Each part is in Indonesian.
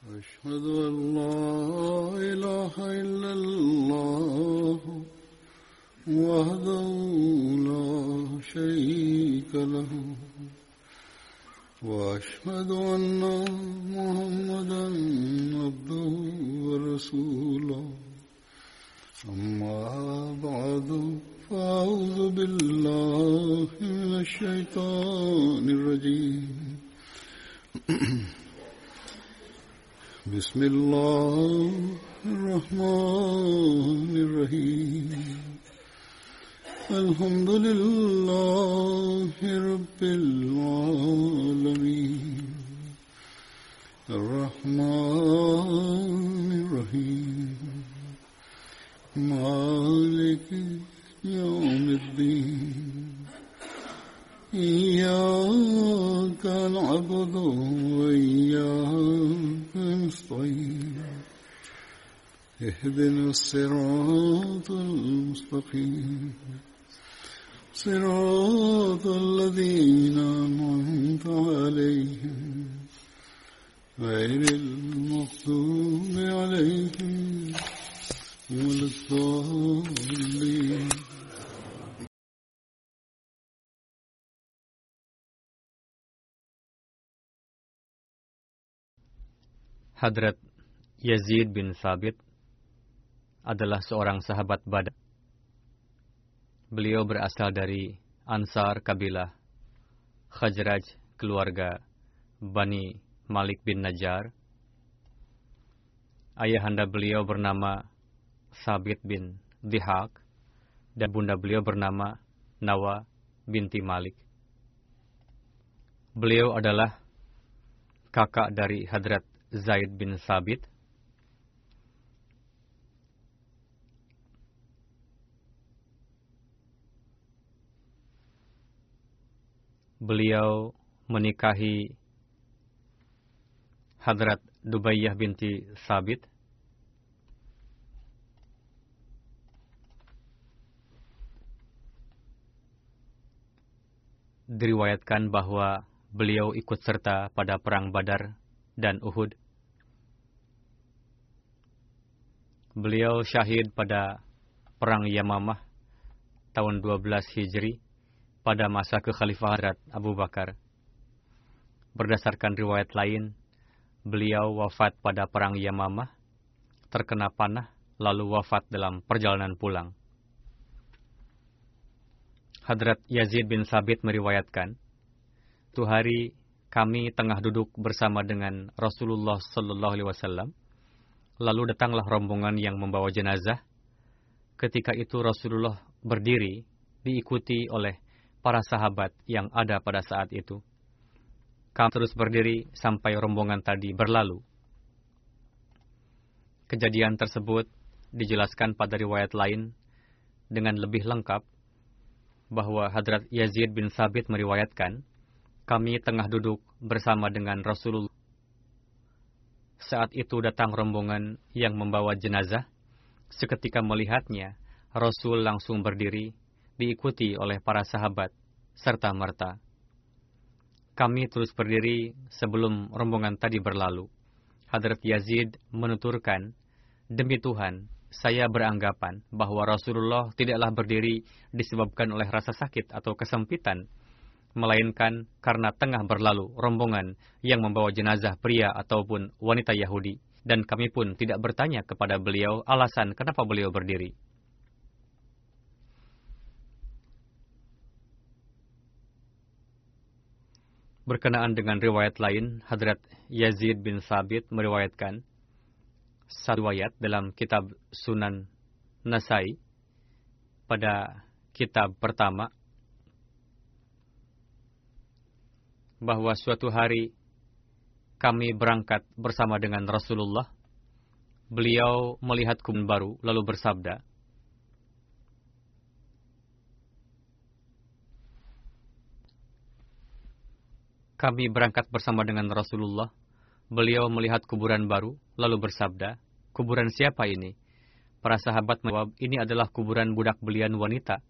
أشهد أن لا إله إلا الله وحده لا شريك له وأشهد أن محمدا عبده ورسوله أما بعد فأعوذ بالله من الشيطان الرجيم بسم الله الرحمن الرحيم الحمد لله رب العالمين الرحمن الرحيم مالك يوم الدين إياك نعبد وإياك نستعين اهدنا الصراط المستقيم صراط الذين أنعمت عليهم غير المغضوب عليهم ولا الضالين. Hadrat Yazid bin Thabit adalah seorang sahabat Badar. Beliau berasal dari Ansar kabilah Khazraj, keluarga Bani Malik bin Najjar. Ayahanda beliau bernama Thabit bin Dhihak dan bunda beliau bernama Nawa binti Malik. Beliau adalah kakak dari Hadrat Zaid bin Thabit. Beliau menikahi Hadrat Dubayyah binti Thabit. Diriwayatkan bahwa beliau ikut serta pada perang Badar dan Uhud. Beliau syahid pada perang Yamamah tahun 12 Hijri pada masa kekhalifahan Hadrat Abu Bakar. Berdasarkan riwayat lain, beliau wafat pada perang Yamamah, terkena panah, lalu wafat dalam perjalanan pulang. Hadrat Yazid bin Thabit meriwayatkan, "Suatu hari kami tengah duduk bersama dengan Rasulullah sallallahu alaihi wasallam, lalu datanglah rombongan yang membawa jenazah. Ketika itu Rasulullah berdiri, diikuti oleh para sahabat yang ada pada saat itu. Kami terus berdiri sampai rombongan tadi berlalu." Kejadian tersebut dijelaskan pada riwayat lain dengan lebih lengkap bahwa Hadrat Yazid bin Thabit meriwayatkan, "Kami tengah duduk bersama dengan Rasulullah. Saat itu datang rombongan yang membawa jenazah. Seketika melihatnya, Rasul langsung berdiri, diikuti oleh para sahabat serta merta. Kami terus berdiri sebelum rombongan tadi berlalu. Hadrat Yazid menuturkan, 'Demi Tuhan, saya beranggapan bahwa Rasulullah tidaklah berdiri disebabkan oleh rasa sakit atau kesempitan, melainkan karena tengah berlalu rombongan yang membawa jenazah pria ataupun wanita Yahudi, dan kami pun tidak bertanya kepada beliau alasan kenapa beliau berdiri.'" Berkenaan dengan riwayat lain, Hadrat Yazid bin Thabit meriwayatkan satu riwayat dalam kitab Sunan Nasai pada kitab pertama, bahwa suatu hari kami berangkat bersama dengan Rasulullah. Beliau melihat kebun baru lalu bersabda, "Kami berangkat bersama dengan Rasulullah. Beliau melihat kuburan baru lalu bersabda, 'Kuburan siapa ini?' Para sahabat menjawab, 'Ini adalah kuburan budak belian wanita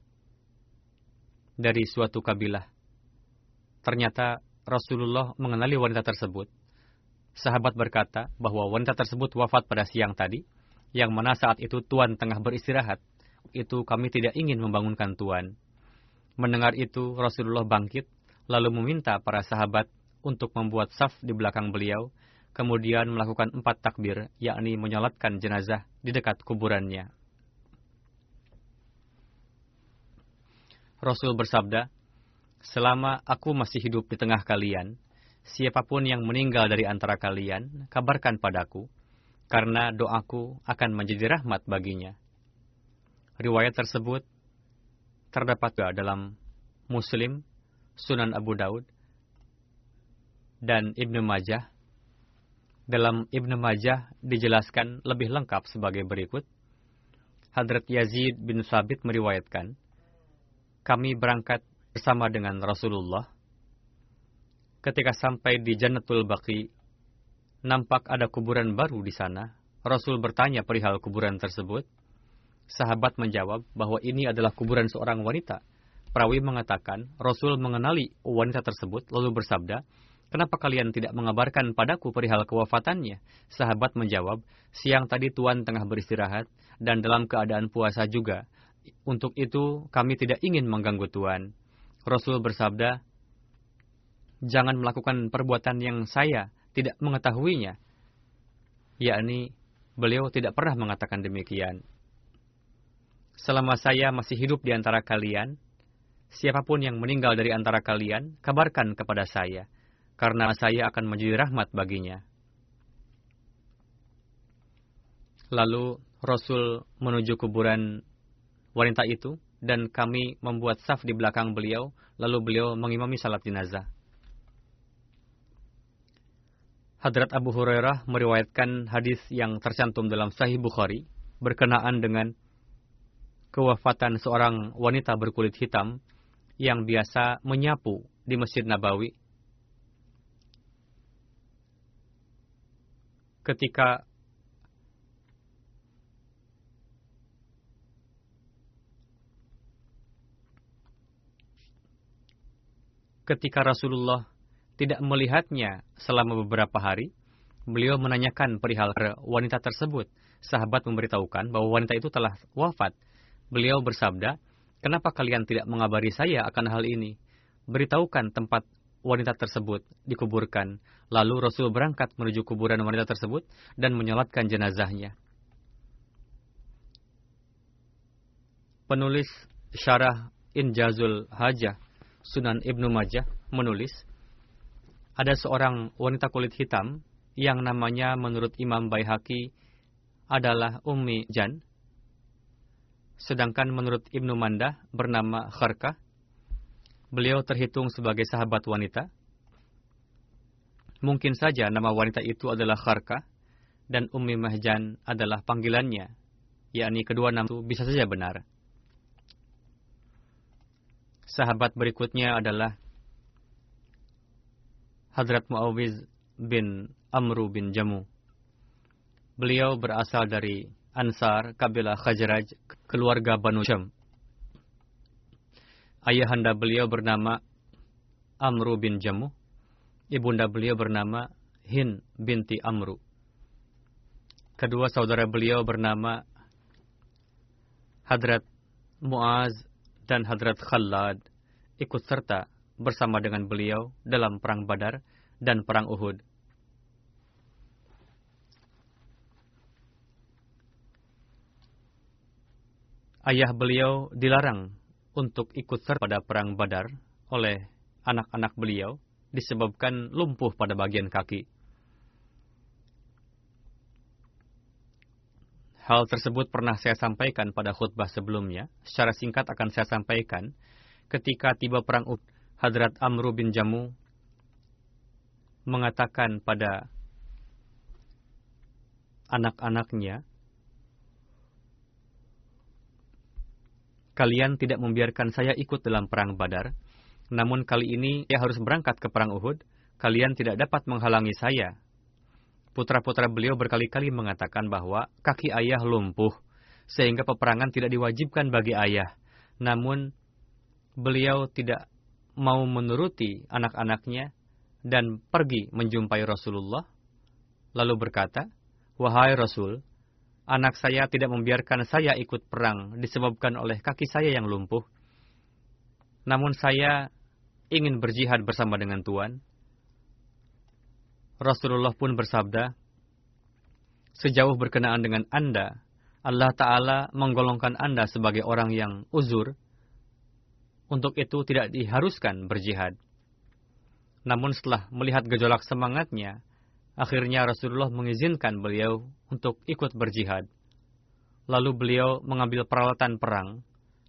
dari suatu kabilah.' Ternyata Rasulullah mengenali wanita tersebut. Sahabat berkata bahwa wanita tersebut wafat pada siang tadi, yang mana saat itu Tuan tengah beristirahat. Itu kami tidak ingin membangunkan Tuan. Mendengar itu, Rasulullah bangkit, lalu meminta para sahabat untuk membuat saf di belakang beliau, kemudian melakukan 4 takbir, yakni menyolatkan jenazah di dekat kuburannya. Rasul bersabda, "Selama aku masih hidup di tengah kalian, siapapun yang meninggal dari antara kalian, kabarkan padaku, karena doaku akan menjadi rahmat baginya." Riwayat tersebut terdapat dalam Muslim, Sunan Abu Daud, dan Ibnu Majah. Dalam Ibnu Majah dijelaskan lebih lengkap sebagai berikut. Hadrat Yazid bin Sabit meriwayatkan, kami berangkat bersama dengan Rasulullah. Ketika sampai di Jannatul Baqi, nampak ada kuburan baru di sana. Rasul bertanya perihal kuburan tersebut. Sahabat menjawab bahwa ini adalah kuburan seorang wanita. Perawi mengatakan, Rasul mengenali wanita tersebut, lalu bersabda, "Kenapa kalian tidak mengabarkan padaku perihal kewafatannya?" Sahabat menjawab, "Siang tadi Tuan tengah beristirahat, dan dalam keadaan puasa juga. Untuk itu, kami tidak ingin mengganggu Tuan." Rasul bersabda, "Jangan melakukan perbuatan yang saya tidak mengetahuinya." Yakni, beliau tidak pernah mengatakan demikian. "Selama saya masih hidup di antara kalian, siapapun yang meninggal dari antara kalian, kabarkan kepada saya, karena saya akan menjadi rahmat baginya." Lalu, Rasul menuju kuburan wanita itu, dan kami membuat saf di belakang beliau, lalu beliau mengimami salat jenazah. Hadrat Abu Hurairah meriwayatkan hadis yang tercantum dalam Sahih Bukhari berkenaan dengan kewafatan seorang wanita berkulit hitam yang biasa menyapu di Masjid Nabawi. Ketika Rasulullah tidak melihatnya selama beberapa hari, beliau menanyakan perihal wanita tersebut. Sahabat memberitahukan bahwa wanita itu telah wafat. Beliau bersabda, "Kenapa kalian tidak mengabari saya akan hal ini? Beritahukan tempat wanita tersebut dikuburkan." Lalu Rasul berangkat menuju kuburan wanita tersebut dan menyolatkan jenazahnya. Penulis Syarah Injazul Hajah Sunan Ibnu Majah menulis, ada seorang wanita kulit hitam yang namanya menurut Imam Baihaqi adalah Ummi Jan, sedangkan menurut Ibnu Mandah bernama Kharkah. Beliau terhitung sebagai sahabat wanita. Mungkin saja nama wanita itu adalah Kharkah dan Ummi Mahjan adalah panggilannya, yakni kedua nama itu bisa saja benar. Sahabat berikutnya adalah Hadrat Muawiz bin Amru bin Jamu. Beliau berasal dari Ansar, kabilah Khazraj, keluarga Banu Syam. Ayahanda beliau bernama Amru bin Jamu. Ibunda beliau bernama Hind binti Amru. Kedua saudara beliau bernama Hadrat Muaz dan Hadrat Khalad ikut serta bersama dengan beliau dalam Perang Badar dan Perang Uhud. Ayah beliau dilarang untuk ikut serta pada Perang Badar oleh anak-anak beliau disebabkan lumpuh pada bagian kaki. Hal tersebut pernah saya sampaikan pada khutbah sebelumnya. Secara singkat akan saya sampaikan. Ketika tiba Perang Uhud, Hadrat Amru bin Jamu mengatakan pada anak-anaknya, "Kalian tidak membiarkan saya ikut dalam Perang Badar, namun kali ini saya harus berangkat ke Perang Uhud. Kalian tidak dapat menghalangi saya." Putra-putra beliau berkali-kali mengatakan bahwa kaki ayah lumpuh, sehingga peperangan tidak diwajibkan bagi ayah. Namun, beliau tidak mau menuruti anak-anaknya dan pergi menjumpai Rasulullah. lalu berkata, "Wahai Rasul, anak saya tidak membiarkan saya ikut perang disebabkan oleh kaki saya yang lumpuh. Namun saya ingin berjihad bersama dengan Tuan." Rasulullah pun bersabda, "Sejauh berkenaan dengan Anda, Allah Ta'ala menggolongkan Anda sebagai orang yang uzur. Untuk itu tidak diharuskan berjihad." Namun setelah melihat gejolak semangatnya, akhirnya Rasulullah mengizinkan beliau untuk ikut berjihad. Lalu beliau mengambil peralatan perang.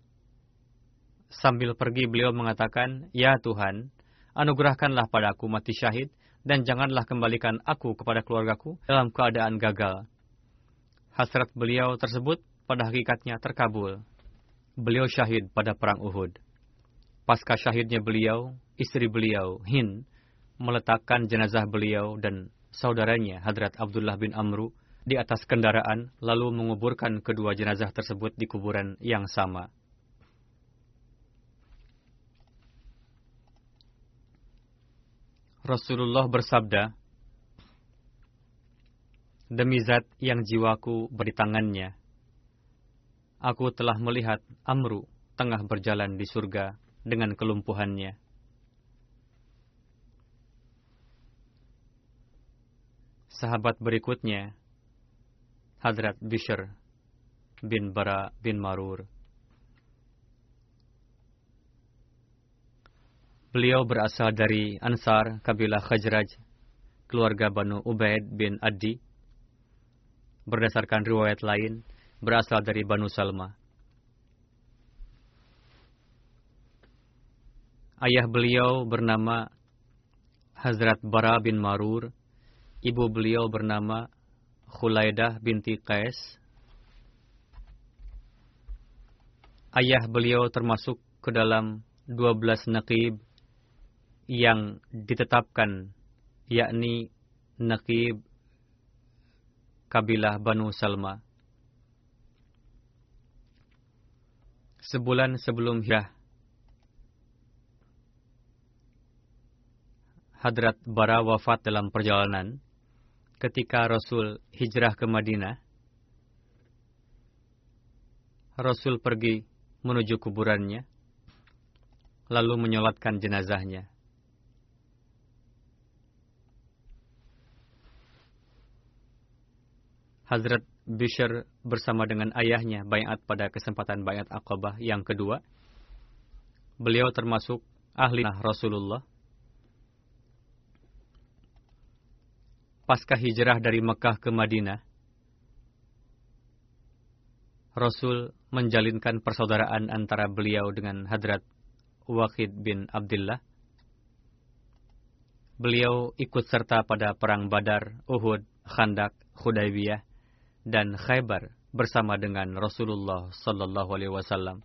Sambil pergi beliau mengatakan, "Ya Tuhan, anugerahkanlah padaku mati syahid, dan janganlah kembalikan aku kepada keluargaku dalam keadaan gagal." Hasrat beliau tersebut pada hakikatnya terkabul. Beliau syahid pada perang Uhud. Pasca syahidnya beliau, istri beliau, Hind, meletakkan jenazah beliau dan saudaranya, Hadrat Abdullah bin Amru, di atas kendaraan, lalu menguburkan kedua jenazah tersebut di kuburan yang sama. Rasulullah bersabda, "Demi zat yang jiwaku di tangannya, aku telah melihat Amru tengah berjalan di surga dengan kelumpuhannya." Sahabat berikutnya, Hadrat Bishr bin Bara bin Marur. Beliau berasal dari Ansar, kabilah Khazraj, keluarga Banu Ubaid bin Adi. Berdasarkan riwayat lain, berasal dari Banu Salma. Ayah beliau bernama Hazrat Bara bin Marur. Ibu beliau bernama Khulaidah binti Qais. Ayah beliau termasuk ke dalam 12 naqib yang ditetapkan, yakni naqib kabilah Banu Salma. Sebulan sebelum hijrah, Hadrat Bara wafat dalam perjalanan. Ketika Rasul hijrah ke Madinah, Rasul pergi menuju kuburannya, lalu menyolatkan jenazahnya. Hazrat Bishr bersama dengan ayahnya baiat pada kesempatan baiat Aqabah yang kedua. Beliau termasuk ahli Rasulullah. Pasca hijrah dari Mekah ke Madinah, Rasul menjalinkan persaudaraan antara beliau dengan Hadrat Waqid bin Abdullah. Beliau ikut serta pada perang Badar, Uhud, Khandak, Hudaybiyah, dan Khaybar bersama dengan Rasulullah sallallahu alaihi wasallam.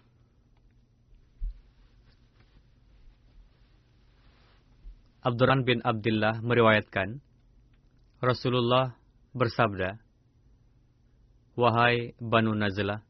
Abdurrahman bin Abdullah meriwayatkan, Rasulullah bersabda, "Wahai Banu Nazlah,"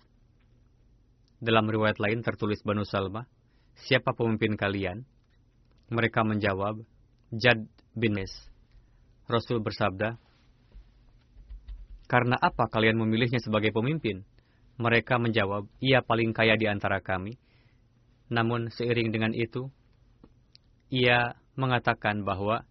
dalam riwayat lain tertulis Banu Salma, "siapa pemimpin kalian?" Mereka menjawab, "Jad bin Mes." Rasul bersabda, "Karena apa kalian memilihnya sebagai pemimpin?" Mereka menjawab, "Ia paling kaya di antara kami." Namun seiring dengan itu, ia mengatakan bahwa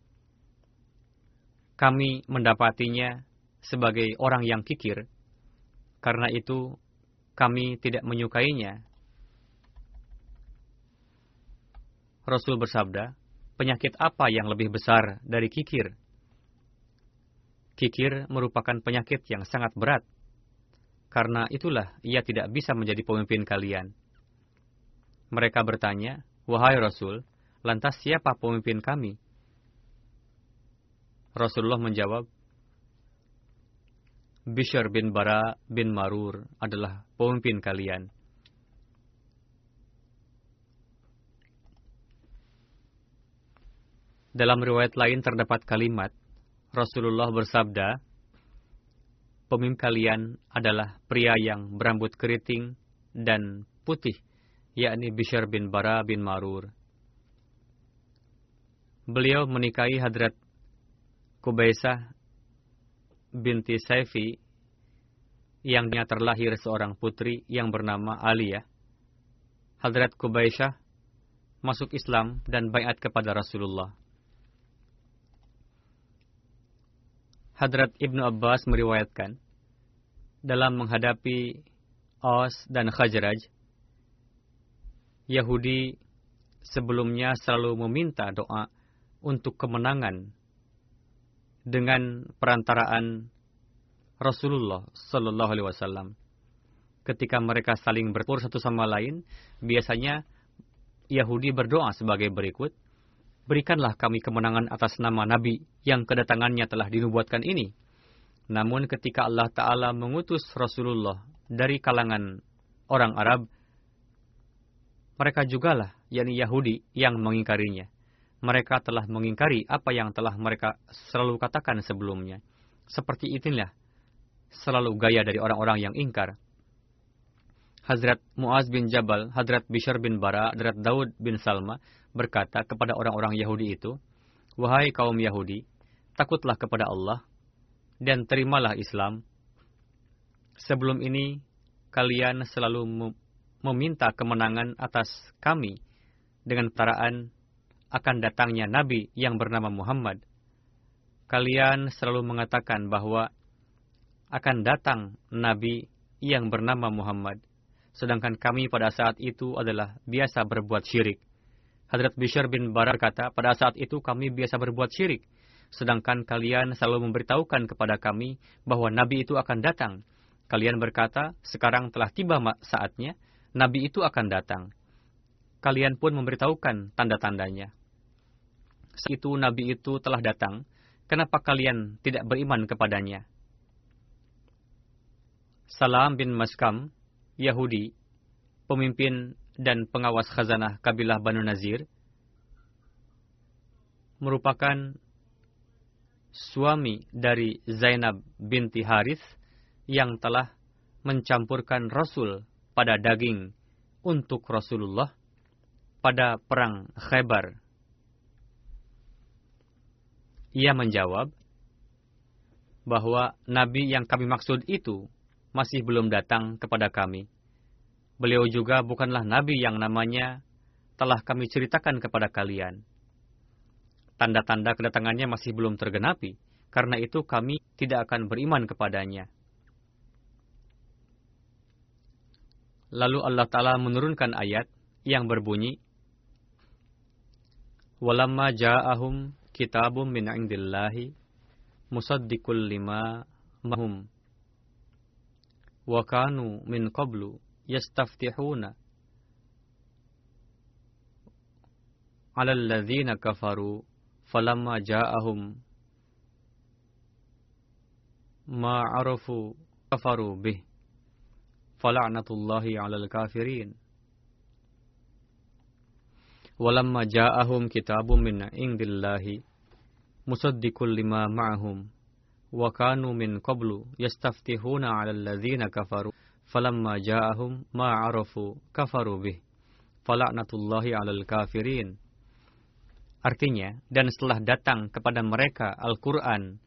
kami mendapatinya sebagai orang yang kikir, karena itu kami tidak menyukainya. Rasul bersabda, "Penyakit apa yang lebih besar dari kikir?" Kikir merupakan penyakit yang sangat berat. Karena itulah ia tidak bisa menjadi pemimpin kalian. Mereka bertanya, "Wahai Rasul, lantas siapa pemimpin kami?" Rasulullah menjawab, "Bishr bin Bara bin Marur adalah pemimpin kalian." Dalam riwayat lain terdapat kalimat, Rasulullah bersabda, "Pemimpin kalian adalah pria yang berambut keriting dan putih, yakni Bishr bin Bara bin Marur." Beliau menikahi Hadrat Qubaisah binti Saifi yang terlahir seorang putri yang bernama Aliyah. Hadrat Qubaisah masuk Islam dan baiat kepada Rasulullah. Hadrat Ibnu Abbas meriwayatkan, dalam menghadapi Aus dan Khazraj, Yahudi sebelumnya selalu meminta doa untuk kemenangan dengan perantaraan Rasulullah Sallallahu Alaihi Wasallam. Ketika mereka saling bertempur satu sama lain, biasanya Yahudi berdoa sebagai berikut, berikanlah kami kemenangan atas nama Nabi yang kedatangannya telah dinubuatkan ini. Namun ketika Allah Ta'ala mengutus Rasulullah dari kalangan orang Arab, mereka jugalah, yakni Yahudi, yang mengingkarinya. Mereka telah mengingkari apa yang telah mereka selalu katakan sebelumnya. Seperti inilah selalu gaya dari orang-orang yang ingkar. Hazrat Muaz bin Jabal, Hazrat Bishr bin Bara, Hazrat Daud bin Salma berkata kepada orang-orang Yahudi itu, "Wahai kaum Yahudi, takutlah kepada Allah dan terimalah Islam. Sebelum ini, kalian selalu meminta kemenangan atas kami dengan pertaraan akan datangnya Nabi yang bernama Muhammad. Kalian selalu mengatakan bahwa akan datang Nabi yang bernama Muhammad, sedangkan kami pada saat itu adalah biasa berbuat syirik." Hadrat Bishr bin Bara berkata, pada saat itu kami biasa berbuat syirik, sedangkan kalian selalu memberitahukan kepada kami bahwa Nabi itu akan datang. Kalian berkata, sekarang telah tiba saatnya, Nabi itu akan datang. Kalian pun memberitahukan tanda-tandanya. Saat itu Nabi itu telah datang, kenapa kalian tidak beriman kepadanya? Salam bin Maskam, Yahudi, pemimpin dan pengawas khazanah kabilah Banu Nazir, merupakan suami dari Zainab binti Harith yang telah mencampurkan Rasul pada daging untuk Rasulullah pada perang Khaybar. Ia menjawab bahwa Nabi yang kami maksud itu masih belum datang kepada kami. Beliau juga bukanlah Nabi yang namanya telah kami ceritakan kepada kalian. Tanda-tanda kedatangannya masih belum tergenapi, karena itu kami tidak akan beriman kepadanya. Lalu Allah Ta'ala menurunkan ayat yang berbunyi, "Walamma ja'ahum kitabum min indillahi musaddiqul lima mahum wa kanu min qablu yastaftihuna 'alal ladzina kafaru falamma ja'ahum ma 'arafu kafaru bih fala'natullahi 'alal kafirin." Walamma ja'ahum kitabun min indillahi musaddiqul lima ma'ahum wa kanu min qablu yastaftihuna 'alal ladzina kafaru falamma ja'ahum ma 'arafu kafaru bih fala'natullahi 'alal kafirin. Artinya, dan setelah datang kepada mereka Al-Quran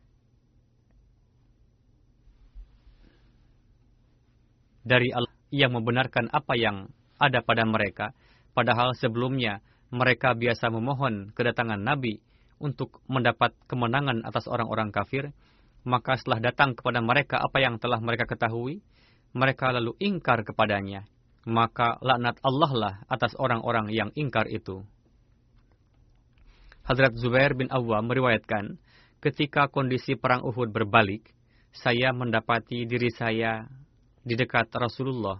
dari Allah yang membenarkan apa yang ada pada mereka, padahal sebelumnya mereka biasa memohon kedatangan Nabi untuk mendapat kemenangan atas orang-orang kafir, maka setelah datang kepada mereka apa yang telah mereka ketahui, mereka lalu ingkar kepadanya. Maka laknat Allah lah atas orang-orang yang ingkar itu. Hazrat Zubair bin Awwam meriwayatkan, ketika kondisi perang Uhud berbalik, saya mendapati diri saya di dekat Rasulullah.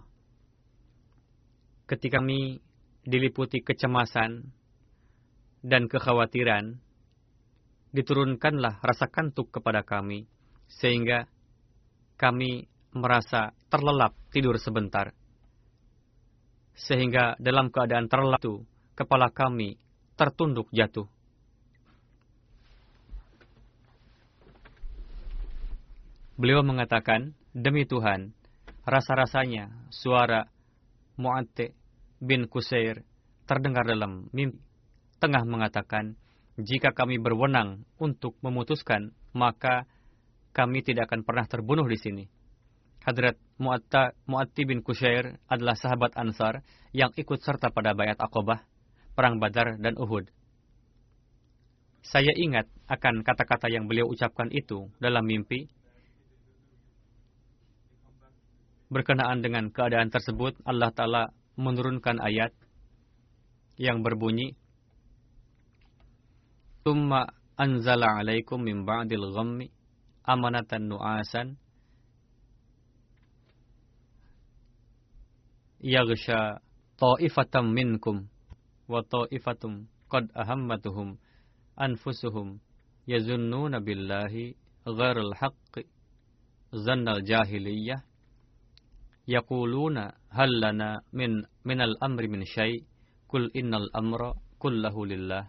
Ketika kami diliputi kecemasan dan kekhawatiran, diturunkanlah rasa kantuk kepada kami, sehingga kami merasa terlelap tidur sebentar. Sehingga dalam keadaan terlelap itu, kepala kami tertunduk jatuh. Beliau mengatakan, demi Tuhan, rasa-rasanya suara Mu'atte bin Qusair terdengar dalam mimpi, tengah mengatakan, Jika kami berwenang untuk memutuskan, maka kami tidak akan pernah terbunuh di sini. Hadrat Mu'atti bin Qushair adalah sahabat Ansar yang ikut serta pada Bayat Aqabah, Perang Badar, dan Uhud. Saya ingat akan kata-kata yang beliau ucapkan itu dalam mimpi. Berkenaan dengan keadaan tersebut, Allah Ta'ala menurunkan ayat yang berbunyi, Tsumma anzala alaikum min ba'dil ghammi amanatan nu'asan yaghsha ta'ifatam minkum wa ta'ifatum qad ahammatuhum anfusuhum yazunnuna billahi ghairal haqqi zannal jahiliyah yaquluna hal lana minal amri min syai' kul innal amra kullahu lillah.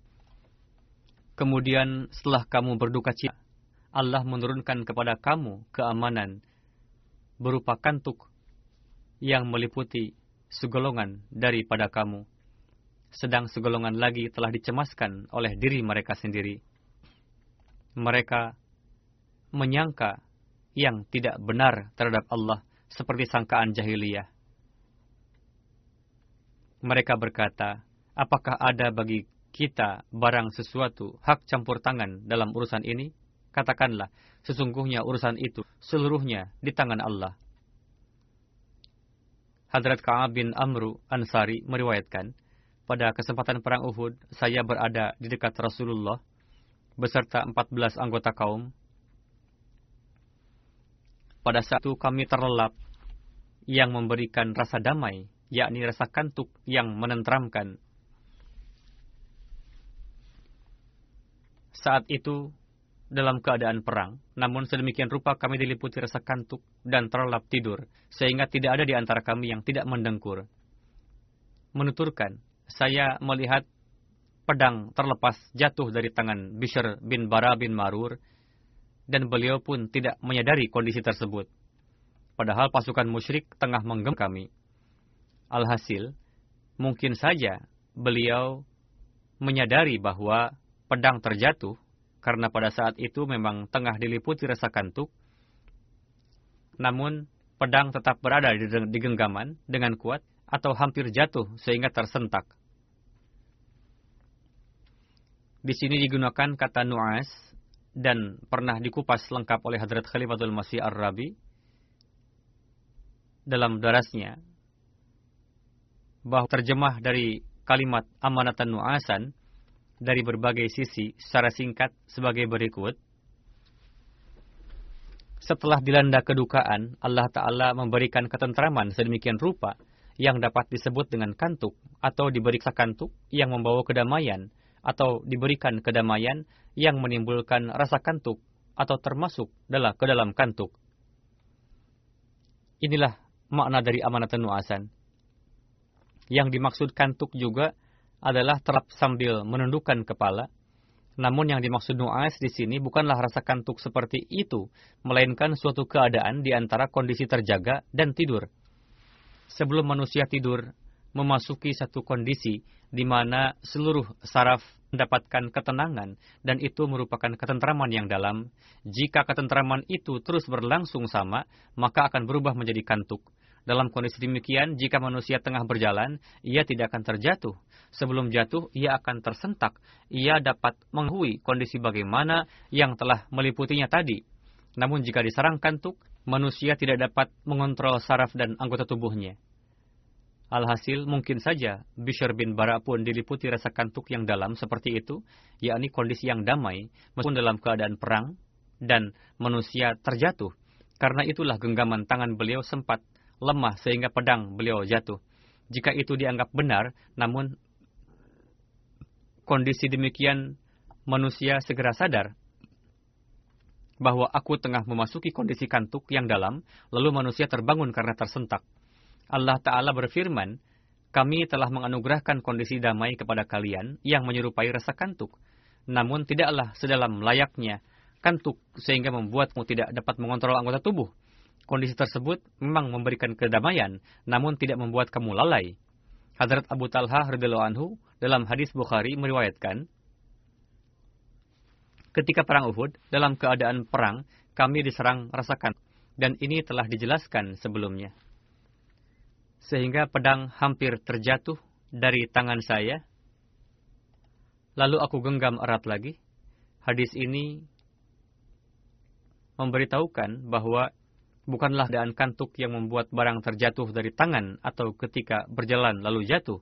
Kemudian setelah kamu berduka cita, Allah menurunkan kepada kamu keamanan berupa kantuk yang meliputi segolongan daripada kamu, sedang segolongan lagi telah dicemaskan oleh diri mereka sendiri. Mereka menyangka yang tidak benar terhadap Allah seperti sangkaan jahiliyah. Mereka berkata, apakah ada bagi kita barang sesuatu hak campur tangan dalam urusan ini? Katakanlah, sesungguhnya urusan itu seluruhnya di tangan Allah. Hadrat Ka'ab bin Amru Ansari meriwayatkan, pada kesempatan perang Uhud, saya berada di dekat Rasulullah beserta 14 anggota kaum. Pada saat itu kami terlelap yang memberikan rasa damai, yakni rasa kantuk yang menenteramkan. Saat itu dalam keadaan perang, namun sedemikian rupa kami diliputi rasa kantuk dan terlelap tidur, sehingga tidak ada di antara kami yang tidak mendengkur. Menuturkan, saya melihat pedang terlepas jatuh dari tangan Bishr bin Bara bin Marur, dan beliau pun tidak menyadari kondisi tersebut. Padahal pasukan musyrik tengah menggem kami. Alhasil, mungkin saja beliau menyadari bahwa pedang terjatuh, karena pada saat itu memang tengah diliputi rasa kantuk, namun pedang tetap berada di genggaman dengan kuat atau hampir jatuh sehingga tersentak. Di sini digunakan kata nu'as dan pernah dikupas lengkap oleh Hadrat Khalifatul Masih Ar-Rabi dalam darasnya, bahwa terjemah dari kalimat amanatan nu'asan dari berbagai sisi secara singkat sebagai berikut. Setelah dilanda kedukaan, Allah Ta'ala memberikan ketentraman sedemikian rupa yang dapat disebut dengan kantuk, atau diberikan kantuk yang membawa kedamaian, atau diberikan kedamaian yang menimbulkan rasa kantuk, atau termasuk ke dalam kantuk. Inilah makna dari amanatan nu'asan. Yang dimaksud kantuk juga adalah terlap sambil menundukkan kepala. Namun yang dimaksud nu'as di sini bukanlah rasa kantuk seperti itu, melainkan suatu keadaan di antara kondisi terjaga dan tidur. Sebelum manusia tidur, memasuki satu kondisi di mana seluruh saraf mendapatkan ketenangan, dan itu merupakan ketentraman yang dalam. Jika ketentraman itu terus berlangsung sama, maka akan berubah menjadi kantuk. Dalam kondisi demikian, jika manusia tengah berjalan, ia tidak akan terjatuh. Sebelum jatuh, ia akan tersentak. Ia dapat mengetahui kondisi bagaimana yang telah meliputinya tadi. Namun jika diserang kantuk, manusia tidak dapat mengontrol saraf dan anggota tubuhnya. Alhasil, mungkin saja Bishr bin Bara pun diliputi rasa kantuk yang dalam seperti itu, yakni kondisi yang damai, meskipun dalam keadaan perang, dan manusia terjatuh. Karena itulah genggaman tangan beliau sempat lemah sehingga pedang beliau jatuh. Jika itu dianggap benar, namun kondisi demikian manusia segera sadar bahwa aku tengah memasuki kondisi kantuk yang dalam, lalu manusia terbangun karena tersentak. Allah Ta'ala berfirman, kami telah menganugerahkan kondisi damai kepada kalian yang menyerupai rasa kantuk. Namun tidaklah sedalam layaknya kantuk sehingga membuatmu tidak dapat mengontrol anggota tubuh. Kondisi tersebut memang memberikan kedamaian, namun tidak membuat kamu lalai. Hadrat Abu Talha radhiyallahu anhu dalam hadis Bukhari meriwayatkan, Ketika perang Uhud, dalam keadaan perang, kami diserang rasakan. Dan ini telah dijelaskan sebelumnya. Sehingga pedang hampir terjatuh dari tangan saya. Lalu aku genggam erat lagi. Hadis ini memberitahukan bahwa bukanlah keadaan kantuk yang membuat barang terjatuh dari tangan atau ketika berjalan lalu jatuh.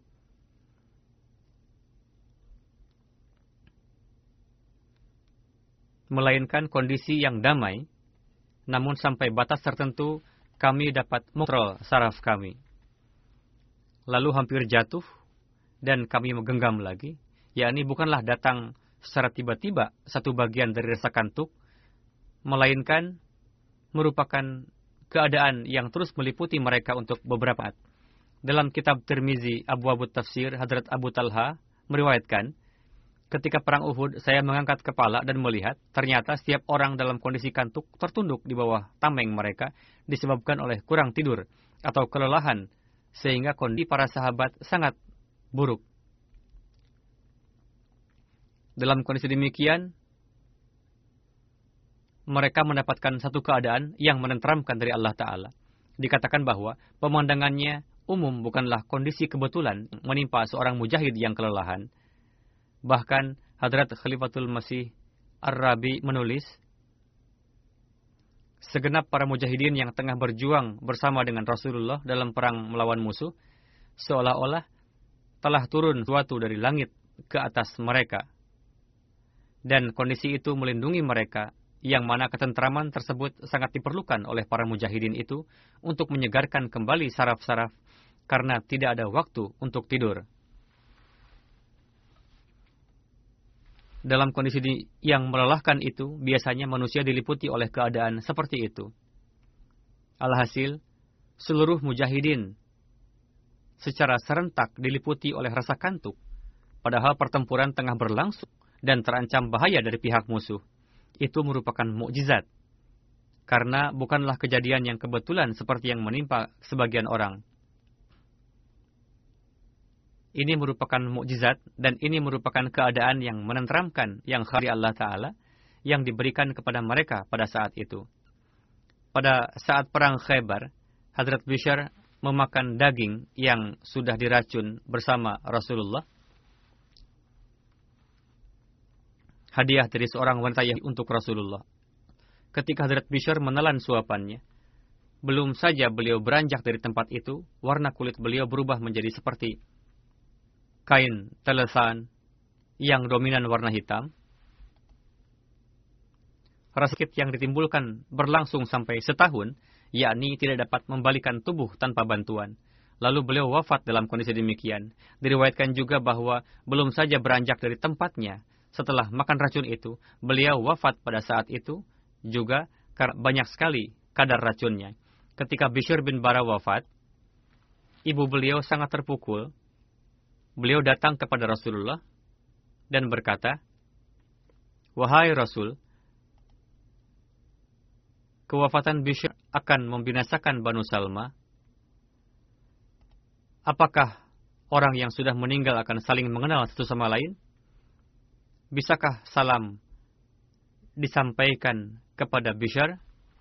Melainkan kondisi yang damai, namun sampai batas tertentu kami dapat mengontrol saraf kami. Lalu hampir jatuh dan kami menggenggam lagi, yakni bukanlah datang secara tiba-tiba satu bagian dari rasa kantuk, melainkan merupakan keadaan yang terus meliputi mereka untuk beberapa saat. Dalam kitab Tirmizi Abwaabut Tafsir, Hadrat Abu Talha meriwayatkan, ketika perang Uhud, saya mengangkat kepala dan melihat, ternyata setiap orang dalam kondisi kantuk tertunduk di bawah tameng mereka disebabkan oleh kurang tidur atau kelelahan, sehingga kondisi para sahabat sangat buruk. Dalam kondisi demikian, mereka mendapatkan satu keadaan yang menenteramkan dari Allah Ta'ala. Dikatakan bahwa pemandangannya umum bukanlah kondisi kebetulan menimpa seorang mujahid yang kelelahan. Bahkan Hadrat Khalifatul Masih Ar-Rabi menulis, segenap para mujahidin yang tengah berjuang bersama dengan Rasulullah dalam perang melawan musuh, seolah-olah telah turun suatu dari langit ke atas mereka. Dan kondisi itu melindungi mereka, yang mana ketentraman tersebut sangat diperlukan oleh para mujahidin itu untuk menyegarkan kembali saraf-saraf karena tidak ada waktu untuk tidur. Dalam kondisi yang melelahkan itu, biasanya manusia diliputi oleh keadaan seperti itu. Alhasil, seluruh mujahidin secara serentak diliputi oleh rasa kantuk, padahal pertempuran tengah berlangsung dan terancam bahaya dari pihak musuh. Itu merupakan mukjizat, karena bukanlah kejadian yang kebetulan seperti yang menimpa sebagian orang. Ini merupakan mukjizat dan ini merupakan keadaan yang menenteramkan yang khari Allah Ta'ala yang diberikan kepada mereka pada saat itu. Pada saat perang Khaybar, Hadrat Bishr memakan daging yang sudah diracun bersama Rasulullah. Hadiah dari seorang wanita Yahudi untuk Rasulullah. Ketika Hadrat Bishr menelan suapannya, belum saja beliau beranjak dari tempat itu, warna kulit beliau berubah menjadi seperti kain telesan yang dominan warna hitam. Rasa sakit yang ditimbulkan berlangsung sampai setahun, yakni tidak dapat membalikan tubuh tanpa bantuan. Lalu beliau wafat dalam kondisi demikian. Diriwayatkan juga bahwa belum saja beranjak dari tempatnya, setelah makan racun itu, beliau wafat pada saat itu juga karena banyak sekali kadar racunnya. Ketika Bishr bin Bara wafat, ibu beliau sangat terpukul. Beliau datang kepada Rasulullah dan berkata, "Wahai Rasul, kewafatan Bishr akan membinasakan Banu Salma. Apakah orang yang sudah meninggal akan saling mengenal satu sama lain? Bisakah salam disampaikan kepada Bishr?"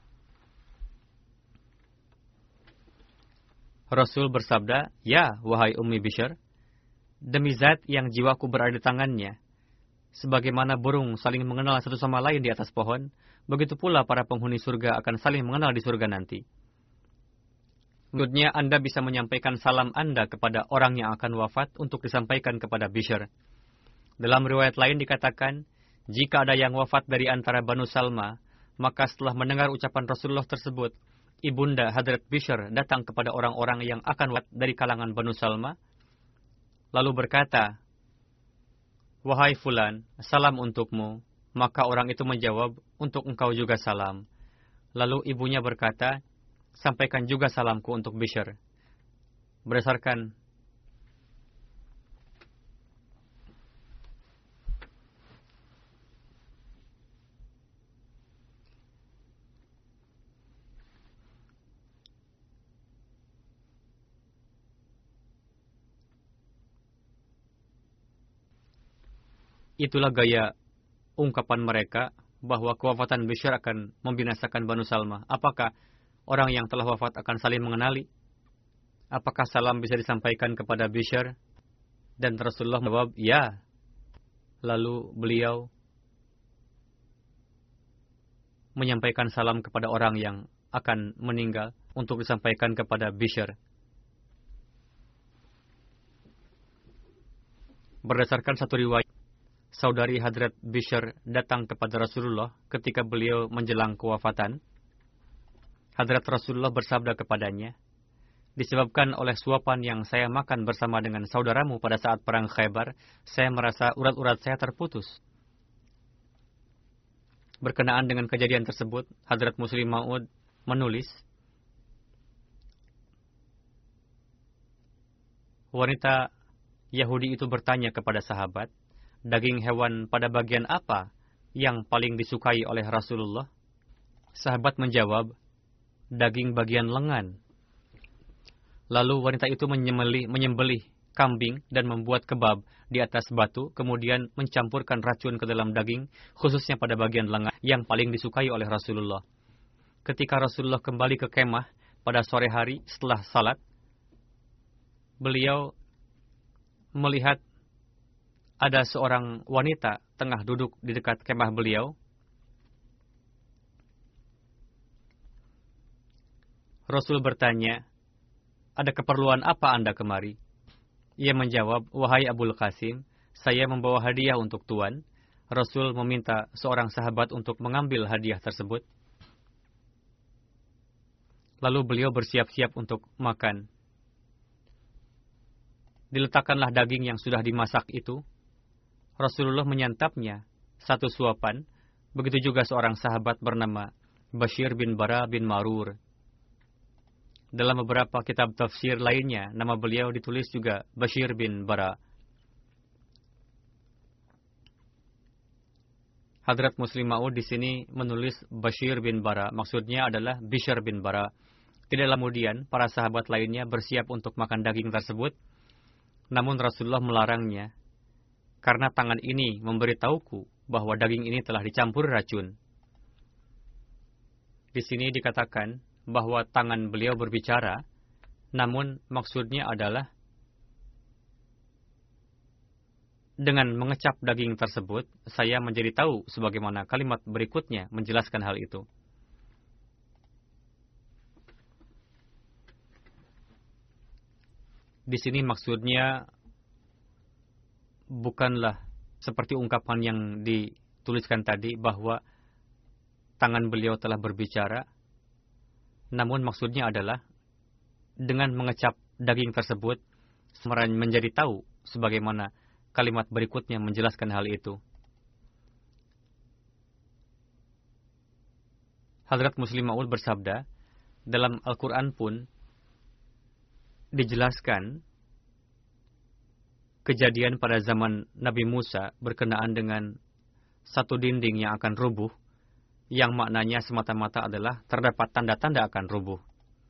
Rasul bersabda, "Ya, wahai Ummi Bishr, demi zat yang jiwaku berada di tangannya, sebagaimana burung saling mengenal satu sama lain di atas pohon, begitu pula para penghuni surga akan saling mengenal di surga nanti. Menurutnya Anda bisa menyampaikan salam Anda kepada orang yang akan wafat untuk disampaikan kepada Bishr." Dalam riwayat lain dikatakan, jika ada yang wafat dari antara Banu Salma, maka setelah mendengar ucapan Rasulullah tersebut, ibunda Hadrat Bishr datang kepada orang-orang yang akan wafat dari kalangan Banu Salma, lalu berkata, "Wahai Fulan, salam untukmu." Maka orang itu menjawab, "Untuk engkau juga salam." Lalu ibunya berkata, "Sampaikan juga salamku untuk Bishr." Berdasarkan itulah gaya ungkapan mereka bahwa kewafatan Bishr akan membinasakan Banu Salmah. Apakah orang yang telah wafat akan saling mengenali? Apakah salam bisa disampaikan kepada Bishr? Dan Rasulullah menjawab, ya. Lalu beliau menyampaikan salam kepada orang yang akan meninggal untuk disampaikan kepada Bishr. Berdasarkan satu riwayat, saudari Hadrat Bishr datang kepada Rasulullah ketika beliau menjelang kewafatan. Hadrat Rasulullah bersabda kepadanya, disebabkan oleh suapan yang saya makan bersama dengan saudaramu pada saat perang Khaybar, saya merasa urat-urat saya terputus. Berkenaan dengan kejadian tersebut, Hadrat Muslim Maud menulis, wanita Yahudi itu bertanya kepada sahabat, daging hewan pada bagian apa yang paling disukai oleh Rasulullah? Sahabat menjawab, daging bagian lengan. Lalu wanita itu menyembelih kambing dan membuat kebab di atas batu, kemudian mencampurkan racun ke dalam daging, khususnya pada bagian lengan yang paling disukai oleh Rasulullah. Ketika Rasulullah kembali ke kemah pada sore hari setelah salat, beliau melihat ada seorang wanita tengah duduk di dekat kemah beliau. Rasul bertanya, ada keperluan apa Anda kemari? Ia menjawab, wahai Abul Qasim, saya membawa hadiah untuk Tuan. Rasul meminta seorang sahabat untuk mengambil hadiah tersebut. Lalu beliau bersiap-siap untuk makan. Diletakkanlah daging yang sudah dimasak itu. Rasulullah menyantapnya satu suapan. Begitu juga seorang sahabat bernama Bashir bin Bara bin Marur. Dalam beberapa kitab tafsir lainnya, nama beliau ditulis juga Bashir bin Bara. Hadrat Muslim Maud di sini menulis Bashir bin Bara, maksudnya adalah Bishr bin Bara. Tidak lama kemudian, para sahabat lainnya bersiap untuk makan daging tersebut. Namun Rasulullah melarangnya, karena tangan ini memberitahuku bahwa daging ini telah dicampur racun. Di sini dikatakan bahwa tangan beliau berbicara, namun maksudnya adalah dengan mengecap daging tersebut, saya menjadi tahu sebagaimana kalimat berikutnya menjelaskan hal itu. Di sini maksudnya bukanlah seperti ungkapan yang dituliskan tadi bahwa tangan beliau telah berbicara, namun maksudnya adalah dengan mengecap daging tersebut menjadi tahu sebagaimana kalimat berikutnya menjelaskan hal itu. Hadrat Muslim Maud bersabda, dalam Al-Quran pun dijelaskan kejadian pada zaman Nabi Musa berkenaan dengan satu dinding yang akan rubuh, yang maknanya semata-mata adalah terdapat tanda-tanda akan rubuh.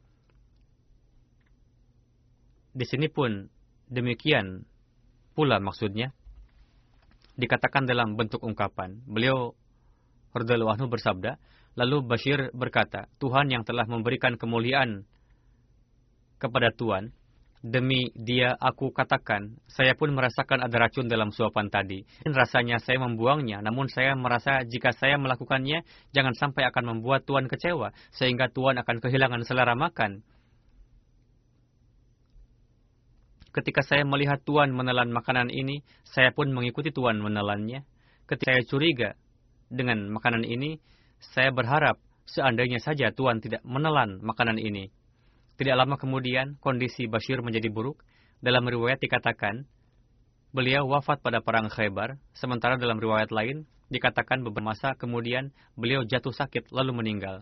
Di sini pun demikian pula maksudnya, dikatakan dalam bentuk ungkapan. Beliau radhiyallahu anhu bersabda, lalu Bashir berkata, Tuhan yang telah memberikan kemuliaan kepada Tuhan, demi dia aku katakan, saya pun merasakan ada racun dalam suapan tadi. Dan rasanya saya membuangnya, namun saya merasa jika saya melakukannya, jangan sampai akan membuat Tuhan kecewa, sehingga Tuhan akan kehilangan selera makan. Ketika saya melihat Tuhan menelan makanan ini, saya pun mengikuti Tuhan menelannya. Ketika saya curiga dengan makanan ini, saya berharap seandainya saja Tuhan tidak menelan makanan ini. Tidak lama kemudian, kondisi Bashir menjadi buruk. Dalam riwayat dikatakan, beliau wafat pada perang Khaybar, sementara dalam riwayat lain, dikatakan beberapa masa kemudian, beliau jatuh sakit lalu meninggal.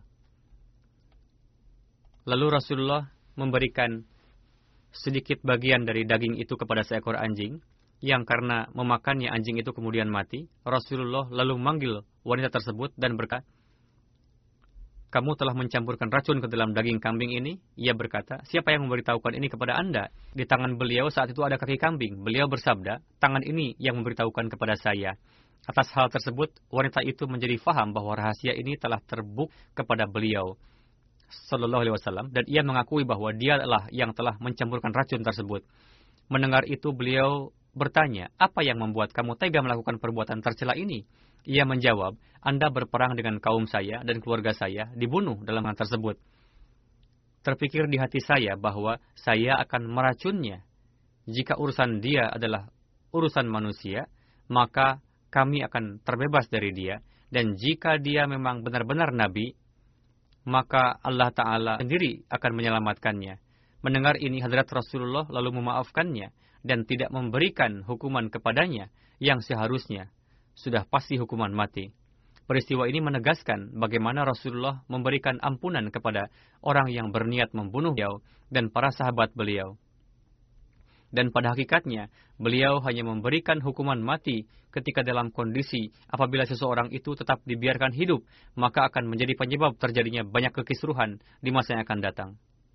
Lalu Rasulullah memberikan sedikit bagian dari daging itu kepada seekor anjing, yang karena memakannya anjing itu kemudian mati. Rasulullah lalu memanggil wanita tersebut dan berkata, kamu telah mencampurkan racun ke dalam daging kambing ini? Ia berkata, siapa yang memberitahukan ini kepada Anda? Di tangan beliau saat itu ada kaki kambing. Beliau bersabda, tangan ini yang memberitahukan kepada saya. Atas hal tersebut, wanita itu menjadi faham bahwa rahasia ini telah terbuka kepada beliau sallallahu alaihi wasallam, dan ia mengakui bahwa dialah yang telah mencampurkan racun tersebut. Mendengar itu, beliau bertanya, "Apa yang membuat kamu tega melakukan perbuatan tercela ini?" Ia menjawab, "Anda berperang dengan kaum saya dan keluarga saya dibunuh dalam hal tersebut. Terpikir di hati saya bahwa saya akan meracunnya. Jika urusan dia adalah urusan manusia, maka kami akan terbebas dari dia. Dan jika dia memang benar-benar nabi, maka Allah Ta'ala sendiri akan menyelamatkannya." Mendengar ini, Hadrat Rasulullah lalu memaafkannya dan tidak memberikan hukuman kepadanya yang seharusnya. Sudah pasti hukuman mati. Peristiwa ini menegaskan bagaimana Rasulullah memberikan ampunan kepada orang yang berniat membunuh beliau dan para sahabat beliau. Dan pada hakikatnya, beliau hanya memberikan hukuman mati ketika dalam kondisi apabila seseorang itu tetap dibiarkan hidup, maka akan menjadi penyebab terjadinya banyak kekisruhan di masa yang akan datang.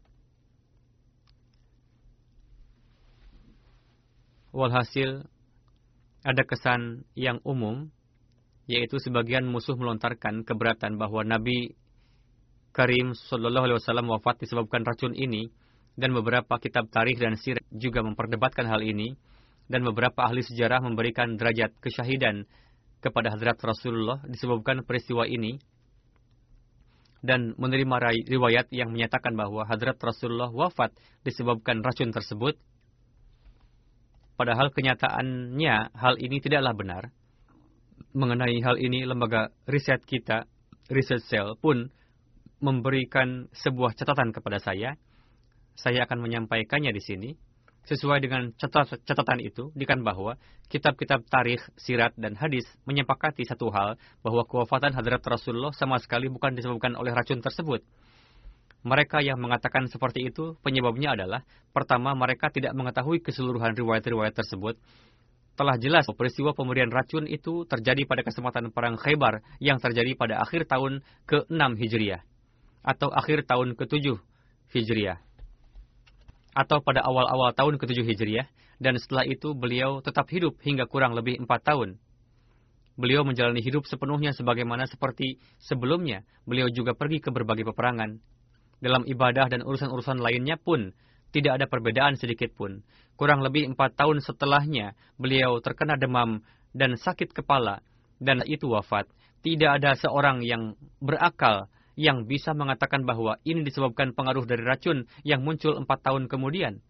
Walhasil, ada kesan yang umum, yaitu sebagian musuh melontarkan keberatan bahwa Nabi Karim Sallallahu Alaihi Wasallam wafat disebabkan racun ini, dan beberapa kitab tarikh dan sirah juga memperdebatkan hal ini, dan beberapa ahli sejarah memberikan derajat kesyahidan kepada Hadrat Rasulullah disebabkan peristiwa ini, dan menerima riwayat yang menyatakan bahwa Hadrat Rasulullah wafat disebabkan racun tersebut. Padahal kenyataannya hal ini tidaklah benar. Mengenai hal ini, lembaga riset kita, Research Cell, pun memberikan sebuah catatan kepada saya. Saya akan menyampaikannya di sini. Sesuai dengan catatan itu, dikatakan bahwa kitab-kitab tarikh, sirat, dan hadis menyepakati satu hal, bahwa kewafatan Hadrat Rasulullah sama sekali bukan disebabkan oleh racun tersebut. Mereka yang mengatakan seperti itu, penyebabnya adalah, pertama, mereka tidak mengetahui keseluruhan riwayat-riwayat tersebut. Telah jelas peristiwa pemberian racun itu terjadi pada kesempatan Perang Khaybar yang terjadi pada akhir tahun ke-6 Hijriah, atau akhir tahun ke-7 Hijriah, atau pada awal-awal tahun ke-7 Hijriah, dan setelah itu beliau tetap hidup hingga kurang lebih 4 tahun. Beliau menjalani hidup sepenuhnya sebagaimana seperti sebelumnya. Beliau juga pergi ke berbagai peperangan. Dalam ibadah dan urusan-urusan lainnya pun tidak ada perbedaan sedikit pun. Kurang lebih 4 tahun setelahnya, beliau terkena demam dan sakit kepala, dan itu wafat. Tidak ada seorang yang berakal yang bisa mengatakan bahwa ini disebabkan pengaruh dari racun yang muncul 4 tahun kemudian.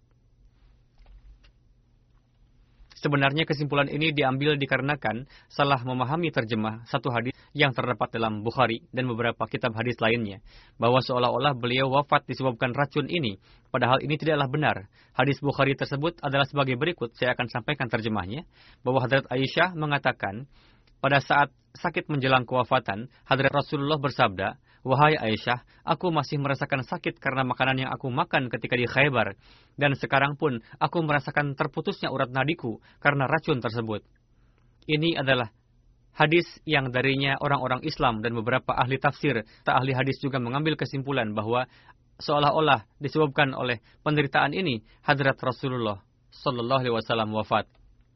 Sebenarnya kesimpulan ini diambil dikarenakan salah memahami terjemah satu hadis yang terdapat dalam Bukhari dan beberapa kitab hadis lainnya, bahwa seolah-olah beliau wafat disebabkan racun ini, padahal ini tidaklah benar. Hadis Bukhari tersebut adalah sebagai berikut, saya akan sampaikan terjemahnya, bahwa Hadrat Aisyah mengatakan, pada saat sakit menjelang kewafatan, Hadrat Rasulullah bersabda, "Wahai Aisyah, aku masih merasakan sakit karena makanan yang aku makan ketika di Khaybar. Dan sekarang pun aku merasakan terputusnya urat nadiku karena racun tersebut." Ini adalah hadis yang darinya orang-orang Islam dan beberapa ahli tafsir, ahli hadis juga mengambil kesimpulan bahwa seolah-olah disebabkan oleh penderitaan ini, Hadrat Rasulullah Sallallahu Alaihi Wasallam wafat.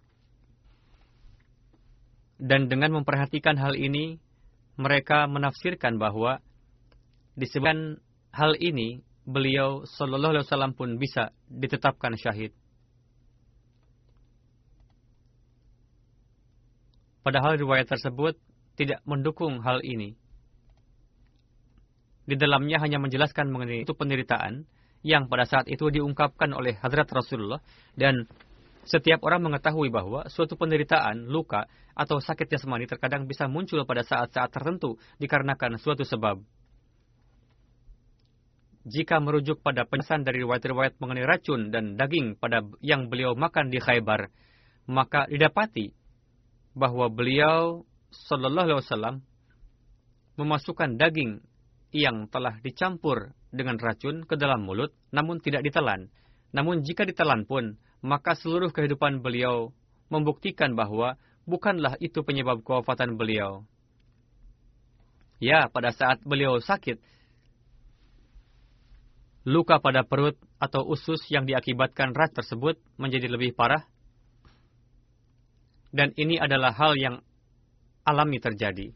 Dan dengan memperhatikan hal ini, mereka menafsirkan bahwa disebabkan hal ini, beliau Sallallahu Alaihi Wasallam pun bisa ditetapkan syahid. Padahal riwayat tersebut tidak mendukung hal ini. Di dalamnya hanya menjelaskan mengenai itu penderitaan yang pada saat itu diungkapkan oleh Hadrat Rasulullah, dan setiap orang mengetahui bahwa suatu penderitaan, luka, atau sakit jasmani terkadang bisa muncul pada saat-saat tertentu dikarenakan suatu sebab. Jika merujuk pada penjelasan dari riwayat-riwayat mengenai racun dan daging pada yang beliau makan di Khaybar, maka didapati bahwa beliau Sallallahu Alaihi Wasallam memasukkan daging yang telah dicampur dengan racun ke dalam mulut, namun tidak ditelan. Namun jika ditelan pun, maka seluruh kehidupan beliau membuktikan bahwa bukanlah itu penyebab kewafatan beliau. Ya, pada saat beliau sakit, luka pada perut atau usus yang diakibatkan racun tersebut menjadi lebih parah. Dan ini adalah hal yang alami terjadi.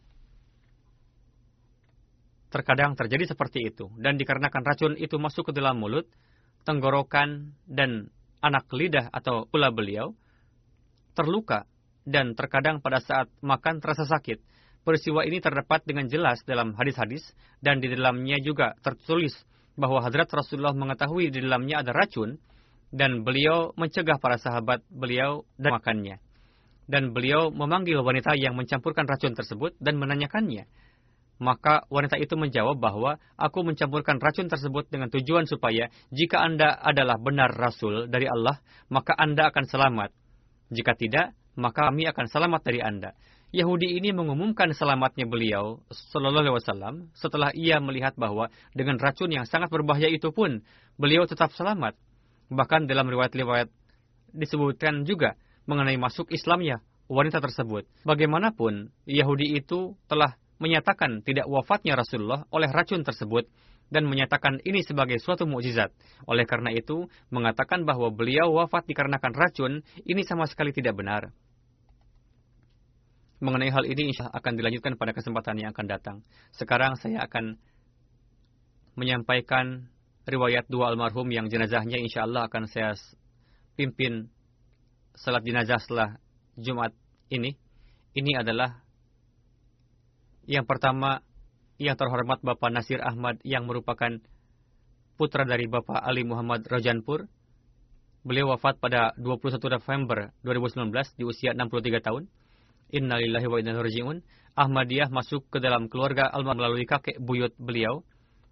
Terkadang terjadi seperti itu, dan dikarenakan racun itu masuk ke dalam mulut, tenggorokan, dan anak lidah atau pula beliau terluka, dan terkadang pada saat makan terasa sakit. Peristiwa ini terdapat dengan jelas dalam hadis-hadis, dan di dalamnya juga tertulis bahwa Hadrat Rasulullah mengetahui di dalamnya ada racun, dan beliau mencegah para sahabat beliau dan makannya. Dan beliau memanggil wanita yang mencampurkan racun tersebut dan menanyakannya. Maka wanita itu menjawab bahwa aku mencampurkan racun tersebut dengan tujuan supaya jika Anda adalah benar Rasul dari Allah, maka Anda akan selamat. Jika tidak, maka kami akan selamat dari Anda. Yahudi ini mengumumkan selamatnya beliau sallallahu alaihi wasallam setelah ia melihat bahwa dengan racun yang sangat berbahaya itu pun beliau tetap selamat. Bahkan dalam riwayat-riwayat disebutkan juga mengenai masuk Islamnya wanita tersebut. Bagaimanapun Yahudi itu telah menyatakan tidak wafatnya Rasulullah oleh racun tersebut dan menyatakan ini sebagai suatu mukjizat. Oleh karena itu mengatakan bahwa beliau wafat dikarenakan racun ini sama sekali tidak benar. Mengenai hal ini insya Allah akan dilanjutkan pada kesempatan yang akan datang. Sekarang saya akan menyampaikan riwayat dua almarhum yang jenazahnya insya Allah akan saya pimpin salat jenazah setelah Jumat ini. Ini adalah yang pertama, yang terhormat Bapak Nasir Ahmad yang merupakan putra dari Bapak Ali Muhammad Rajanpur. Beliau wafat pada 21 November 2019 di usia 63 tahun. Innalillahi wa inna ilaihi raji'un. Ahmadiyah masuk ke dalam keluarga almarhum melalui kakek buyut beliau,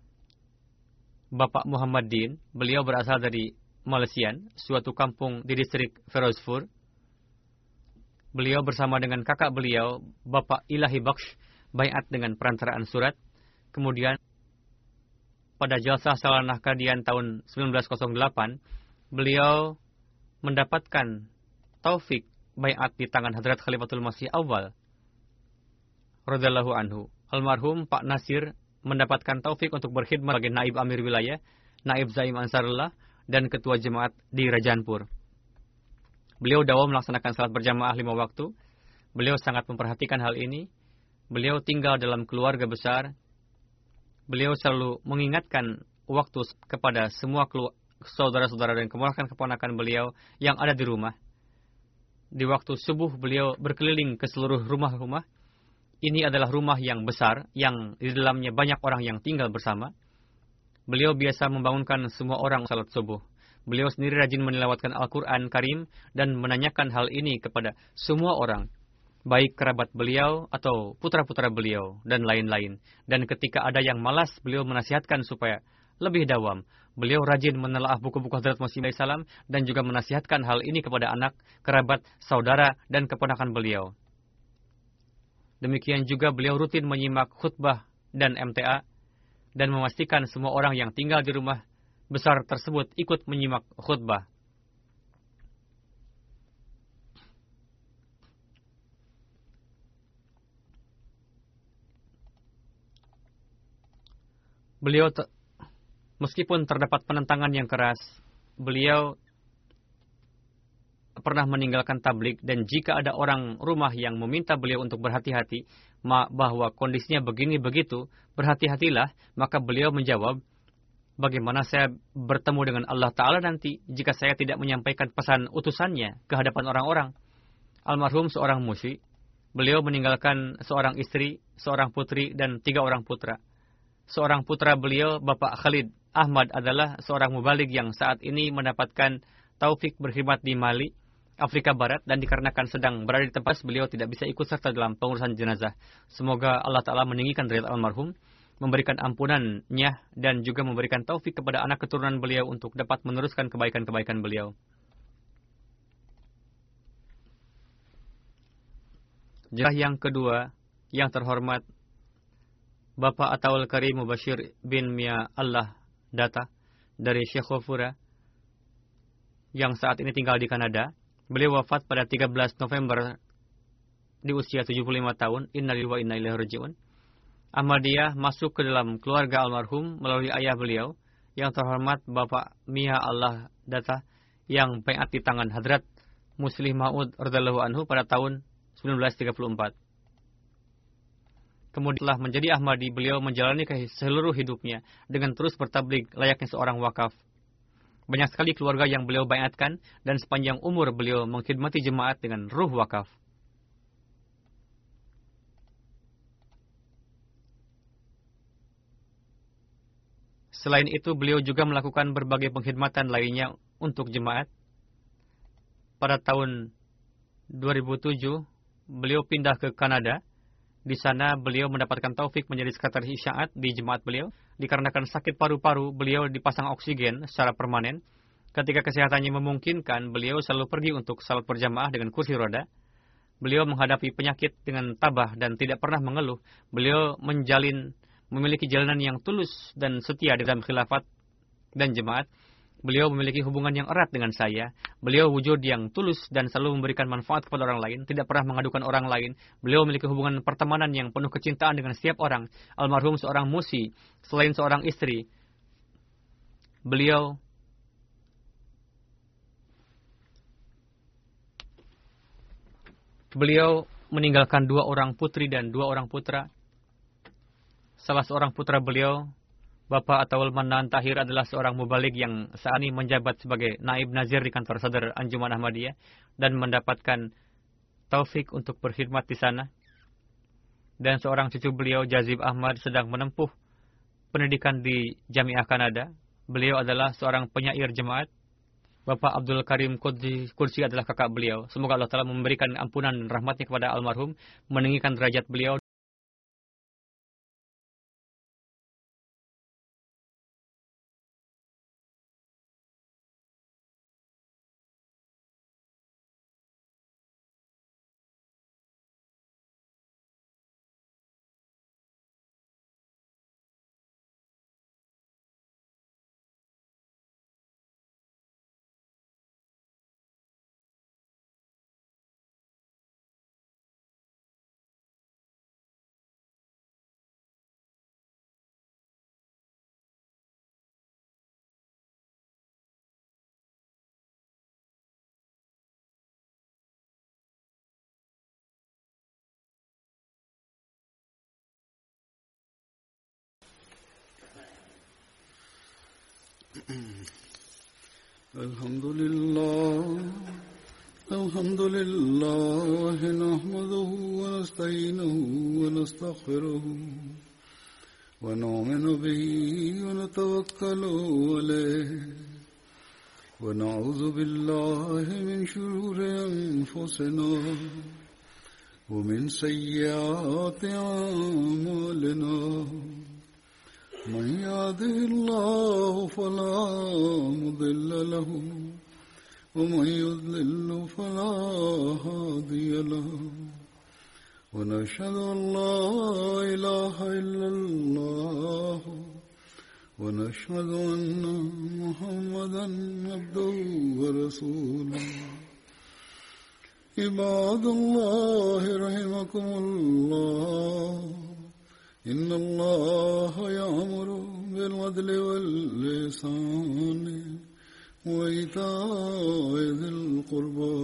Bapak Muhammad Din. Beliau berasal dari Malaysia, suatu kampung di distrik Ferozpur. Beliau bersama dengan kakak beliau, Bapak Ilahi Baksh, baiat dengan perantaraan surat. Kemudian pada Jalsah Salanah Kadian tahun 1908, beliau mendapatkan taufik baiat di tangan Hadrat Khalifatul Masih Awal radhiyallahu anhu. Almarhum Pak Nasir mendapatkan taufik untuk berkhidmat sebagai naib amir wilayah, naib zaim Ansarullah, dan ketua jemaat di Rajanpur. Beliau dawam melaksanakan salat berjamaah 5 waktu. Beliau sangat memperhatikan hal ini. Beliau tinggal dalam keluarga besar. Beliau selalu mengingatkan waktu kepada semua saudara-saudara dan keponakan-keponakan beliau yang ada di rumah. Di waktu subuh beliau berkeliling ke seluruh rumah-rumah. Ini adalah rumah yang besar, yang di dalamnya banyak orang yang tinggal bersama. Beliau biasa membangunkan semua orang salat subuh. Beliau sendiri rajin menilawatkan Al-Quran Karim dan menanyakan hal ini kepada semua orang, baik kerabat beliau atau putra-putra beliau dan lain-lain. Dan ketika ada yang malas, beliau menasihatkan supaya lebih dawam. Beliau rajin menelaah buku-buku Hadrat Masih Maud salam dan juga menasihatkan hal ini kepada anak, kerabat, saudara, dan keponakan beliau. Demikian juga beliau rutin menyimak khutbah dan MTA dan memastikan semua orang yang tinggal di rumah besar tersebut ikut menyimak khutbah. Beliau meskipun terdapat penentangan yang keras, beliau pernah meninggalkan tablik, dan jika ada orang rumah yang meminta beliau untuk berhati-hati bahwa kondisinya begini begitu, berhati-hatilah, maka beliau menjawab, bagaimana saya bertemu dengan Allah Ta'ala nanti jika saya tidak menyampaikan pesan utusannya ke hadapan orang-orang. Almarhum seorang musyi, beliau meninggalkan seorang istri, seorang putri, dan 3 orang putra. Seorang putra beliau, Bapak Khalid Ahmad, adalah seorang mubalig yang saat ini mendapatkan taufik berkhidmat di Mali, Afrika Barat, dan dikarenakan sedang berada di tempat beliau tidak bisa ikut serta dalam pengurusan jenazah. Semoga Allah Ta'ala meninggikan derajat almarhum, memberikan ampunannya, dan juga memberikan taufik kepada anak keturunan beliau untuk dapat meneruskan kebaikan-kebaikan beliau. Jenazah yang kedua, yang terhormat Bapak Ataul Karim Mubashir bin Mia Allah Data dari Syekh Khofura yang saat ini tinggal di Kanada. Beliau wafat pada 13 November di usia 75 tahun. Innalillahi wa inna ilaihi raji'un. Ahmadiyah masuk ke dalam keluarga almarhum melalui ayah beliau yang terhormat Bapak Mia Allah Data yang baiat di tangan Hadrat Muslih Maud radhiyallahu anhu pada tahun 1934. Kemudian telah menjadi Ahmadi, beliau menjalani seluruh hidupnya dengan terus bertabligh layaknya seorang wakaf. Banyak sekali keluarga yang beliau baiatkan dan sepanjang umur beliau mengkhidmati jemaat dengan ruh wakaf. Selain itu, beliau juga melakukan berbagai pengkhidmatan lainnya untuk jemaat. Pada tahun 2007, beliau pindah ke Kanada. Di sana beliau mendapatkan taufik menjadi sekretaris isyaat di jemaat beliau. Dikarenakan sakit paru-paru, beliau dipasang oksigen secara permanen. Ketika kesehatannya memungkinkan, beliau selalu pergi untuk salat berjamaah dengan kursi roda. Beliau menghadapi penyakit dengan tabah dan tidak pernah mengeluh. Beliau memiliki jalanan yang tulus dan setia di dalam khilafat dan jemaat. Beliau memiliki hubungan yang erat dengan saya. Beliau wujud yang tulus dan selalu memberikan manfaat kepada orang lain, tidak pernah mengadukan orang lain. Beliau memiliki hubungan pertemanan yang penuh kecintaan dengan setiap orang. Almarhum seorang musi, selain seorang istri. Beliau meninggalkan 2 orang putri dan 2 orang putra. Salah seorang putra beliau, Bapak Ataul Manan Tahir, adalah seorang mubalik yang saat ini menjabat sebagai naib nazir di kantor sadar Anjuman Ahmadiyah dan mendapatkan taufik untuk berkhidmat di sana. Dan seorang cucu beliau, Jazib Ahmad, sedang menempuh pendidikan di Jamiah Kanada. Beliau adalah seorang penyair jemaat. Bapak Abdul Karim Kursi adalah kakak beliau. Semoga Allah Ta'ala memberikan ampunan dan rahmatnya kepada almarhum, meninggikan derajat beliau. الحمد لله نحمده ونستعينه ونستغفره ونؤمن به ونتوكل عليه ونعوذ بالله من شرور أنفسنا ومن سيئات أعمالنا من يهده الله فلا مضل له ومن يضلل فلا هادي له ونشهد أن لا إله إلا الله ونشهد أن محمدا عبده ورسوله عباد الله رحمكم الله إن الله يأمر بالعدل والإحسان وإيتاء ذي القربى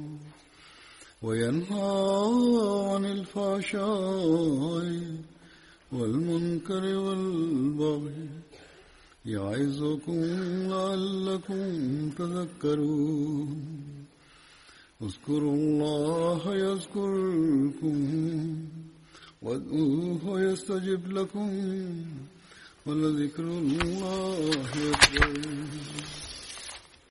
وينهى عن الفحشاء والمنكر والبغي يعظكم لعلكم تذكرون اذكروا الله يذكركم وادعوه يستجب لكم ولذكر الله أكبر